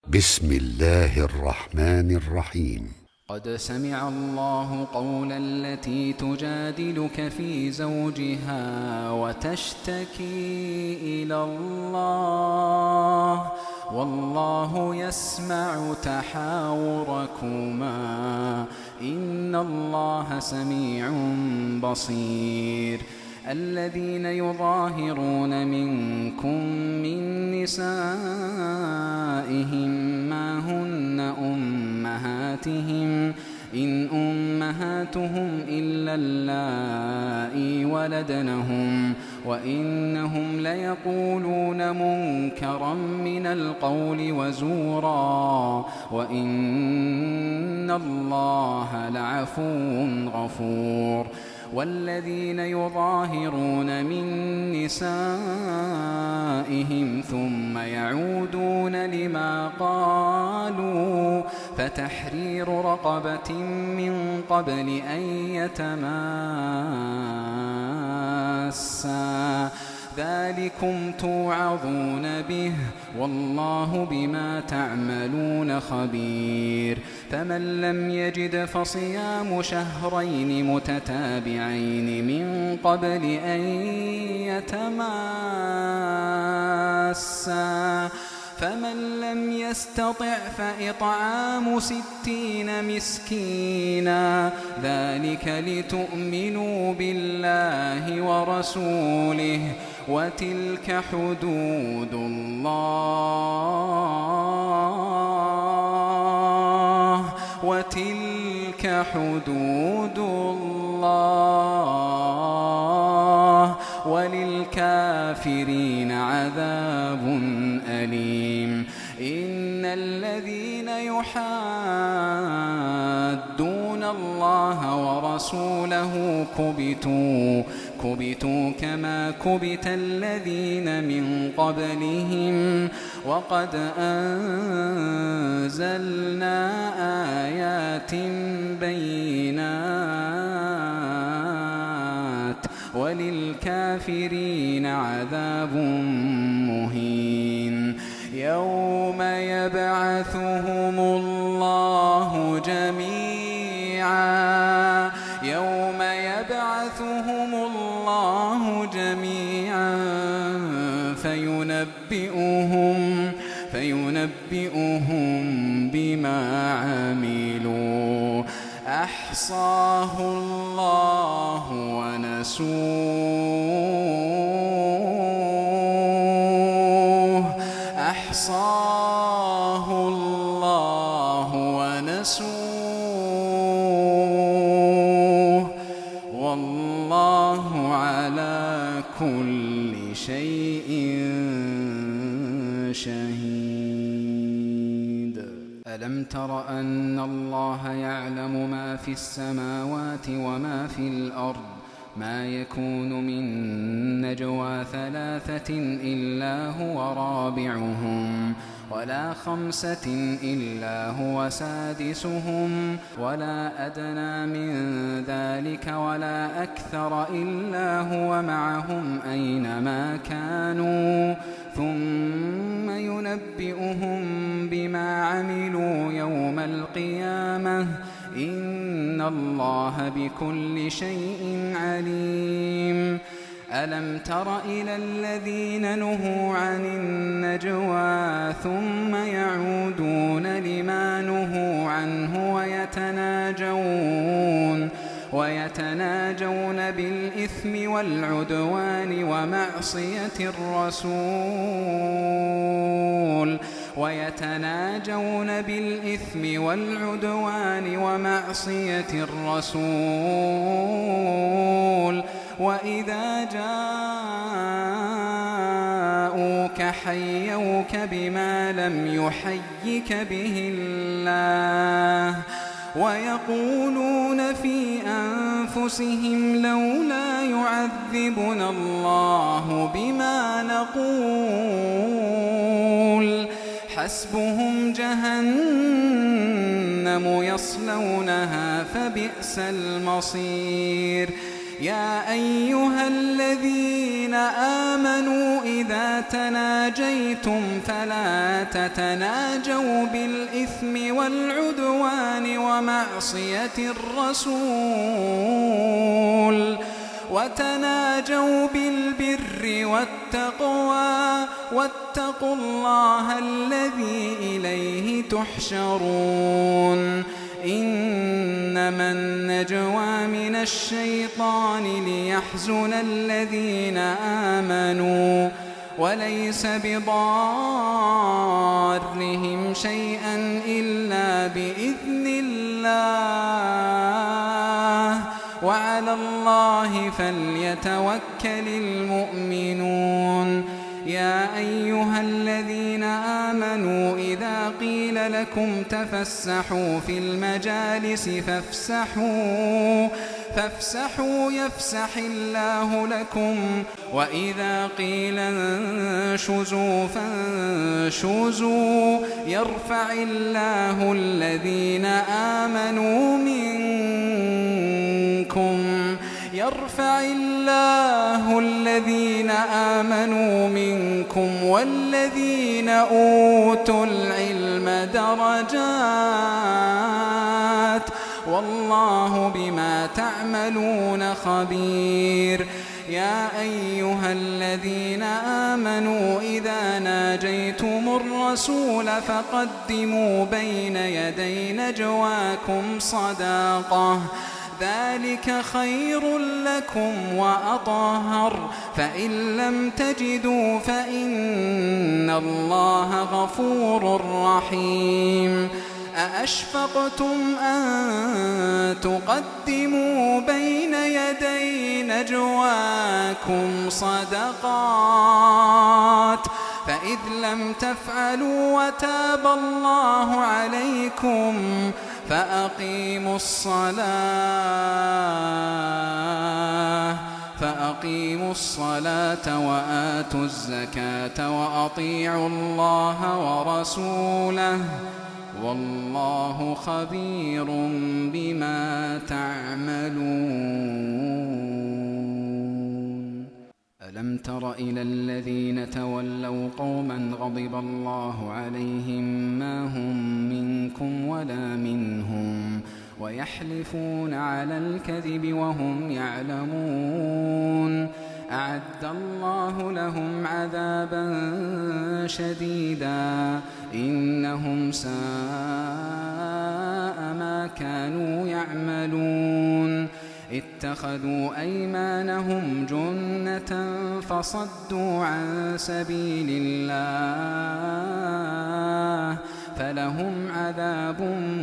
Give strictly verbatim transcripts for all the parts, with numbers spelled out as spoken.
بسم الله الرحمن الرحيم. قد سمع الله قول التي تجادلك في زوجها وتشتكي إلى الله والله يسمع تحاوركما إن الله سميع بصير. الذين يظاهرون منكم من نسائهم ما هن أمهاتهم إن أمهاتهم إلا اللائي ولدنهم وإنهم ليقولون منكرا من القول وزورا وإن الله لعفو غفور. والذين يظاهرون من نسائهم ثم يعودون لما قالوا فتحرير رقبة من قبل أن يتماسا ذلكم توعظون به والله بما تعملون خبير. فمن لم يجد فصيام شهرين متتابعين من قبل أن يتماسا فمن لم يستطع فإطعام ستين مسكينا ذلك لتؤمنوا بالله ورسوله وتلك حدود الله وتلك حدود الله وللكافرين عذاب أليم. إن الذين يحادون الله ورسوله كبتوا كبتوا كما كبت الذين من قبلهم وقد أنزلنا آيات بينات وللكافرين عذاب مهين. يوم يبعثهم الله جميعا يوم يبعثهم الله جميعا فينبئهم فينبئهم بما عملوا أحصاه الله ونسوه أحصاه الله ونسوه والله على كل شيء شهيد. ألم تر أن الله يعلم ما في السماوات وما في الأرض ما يكون من نجوى ثلاثة إلا هو رابعهم ولا خمسة إلا هو سادسهم ولا أدنى من ذلك ولا أكثر إلا هو معهم أينما كانوا ثم ينبئهم بما عملوا يوم القيامة إن الله بكل شيء عليم. ألم تر إلى الذين نهوا عن النجوى ثم يعودون لما نهوا عنه ويتناجون ويتناجون بالإثم والعدوان ومعصية الرسول ويتناجون بالإثم والعدوان ومعصية الرسول وإذا جاءوك حيوك بما لم يحيك به الله ويقولون في أنفسهم لولا يعذبنا الله بما نقول حسبهم جهنم يصلونها فبئس المصير. يا أيها الذين آمنوا إذا تناجيتم فلا تتناجوا بالإثم والعدوان ومعصية الرسول وتناجوا بالبر والتقوى واتقوا الله الذي إليه تحشرون إنما النجوى من الشيطان ليحزن الذين آمنوا وليس بضارهم شيئا إلا بإذن الله وعلى الله فليتوكل المؤمنون يا أيها الذين آمنوا إذا قيل لكم تفسحوا في المجالس فافسحوا فافسحوا يفسح الله لكم وإذا قيل انشزوا فانشزوا يرفع الله الذين آمنوا منكم يرفع الله الذين آمنوا منكم والذين أوتوا العلم درجات والله بما تعملون خبير يا أيها الذين آمنوا إذا ناجيتم الرسول فقدموا بين يدي نجواكم صداقة ذلك خير لكم وأطهر فإن لم تجدوا فإن الله غفور رحيم أأشفقتم أن تقدموا بين يدي نجواكم صدقات فإذ لم تفعلوا وتاب الله عليكم فأقيموا الصلاة فأقيموا الصلاة وآتوا الزكاة وأطيعوا الله ورسوله والله خبير بما تعملون ألم تر إلى الذين تولوا قوما غضب الله عليهم ما هم منكم ولا منهم ويحلفون على الكذب وهم يعلمون أعد الله لهم عذابا شديدا إنهم ساء ما كانوا يعملون اتخذوا أيمانهم جنة فصدوا عن سبيل الله فلهم عذاب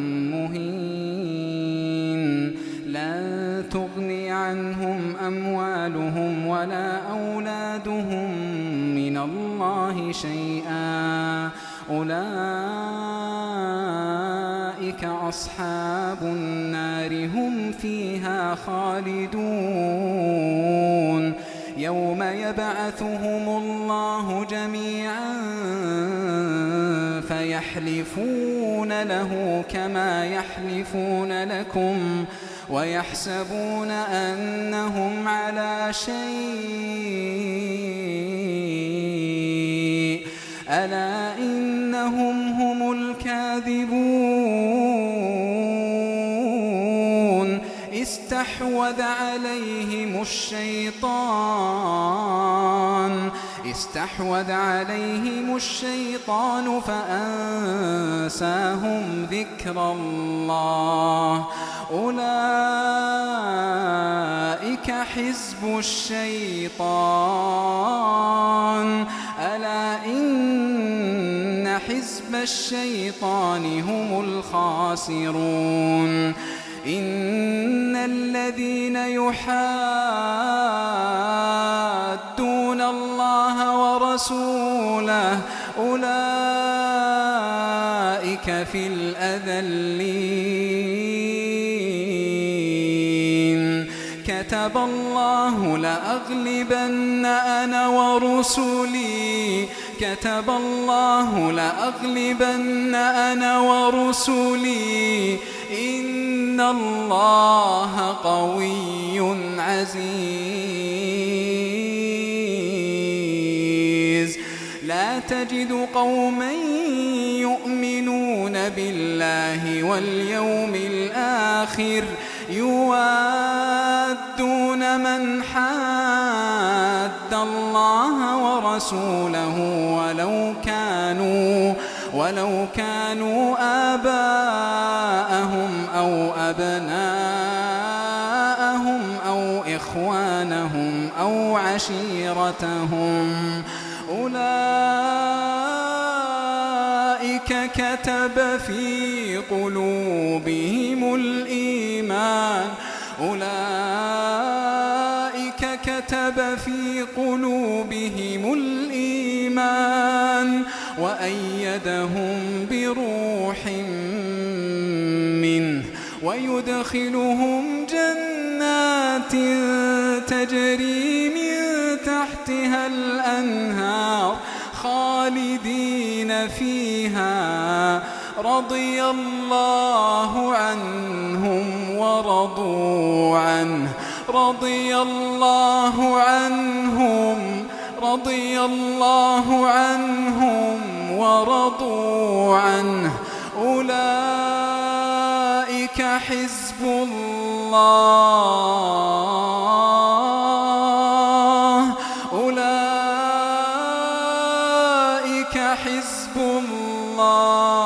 مهين لن تغني عنهم أموالهم ولا أولادهم من الله شيئا أولئك أصحاب النار هم فيها خالدون يوم يبعثهم الله جميعا فيحلفون له كما يحلفون لكم ويحسبون أنهم على شيء ألا إنهم هم الكاذبون استحوذ عليهم الشيطان استحوذ عليهم الشيطان فأنساهم ذكر الله أولئك حزب الشيطان ألا إن حزب الشيطان هم الخاسرون إن الذين يحادون الله ورسوله أولئك في الأذلين كتب الله لأغلبن أنا ورسلي كتب الله لأغلبن أنا ورسلي إن الله قوي عزيز عزيز لا تجد قوما يؤمنون بالله واليوم الآخر يوادون من حاد الله ورسوله ولو كانوا ولو كانوا آباءهم أو أبناءهم أو إخوانهم أو عشيرتهم أولئك كتب في قلوبهم الإيمان أولئك كتب في قلوبهم الإيمان وأيدهم بروح منه ويدخلهم جنات تجري من تحتها الأنهار خالدين فيها رضي الله عنهم ورضوا عنه رضي الله عنهم رضي الله عنهم ورضوا عنه أولئك حزب الله أولئك حزب الله